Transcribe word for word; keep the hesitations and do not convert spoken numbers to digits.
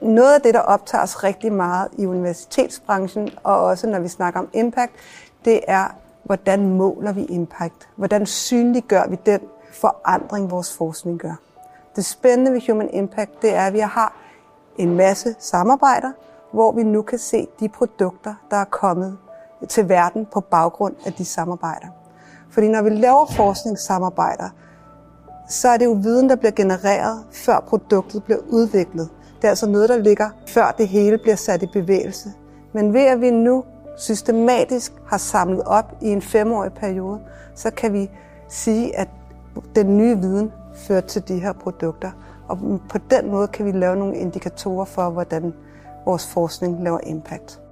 noget af det, der optager os rigtig meget i universitetsbranchen, og også når vi snakker om impact, det er, hvordan måler vi impact? Hvordan synliggør vi den forandring, vores forskning gør? Det spændende ved Human Impact, det er, at vi har en masse samarbejder, hvor vi nu kan se de produkter, der er kommet til verden på baggrund af de samarbejder. Fordi når vi laver forskningssamarbejder, så er det jo viden, der bliver genereret, før produktet bliver udviklet. Det er altså noget, der ligger, før det hele bliver sat i bevægelse. Men ved at vi nu systematisk har samlet op i en femårig periode, så kan vi sige, at den nye viden fører til de her produkter. Og på den måde kan vi lave nogle indikatorer for, hvordan vores forskning laver impact.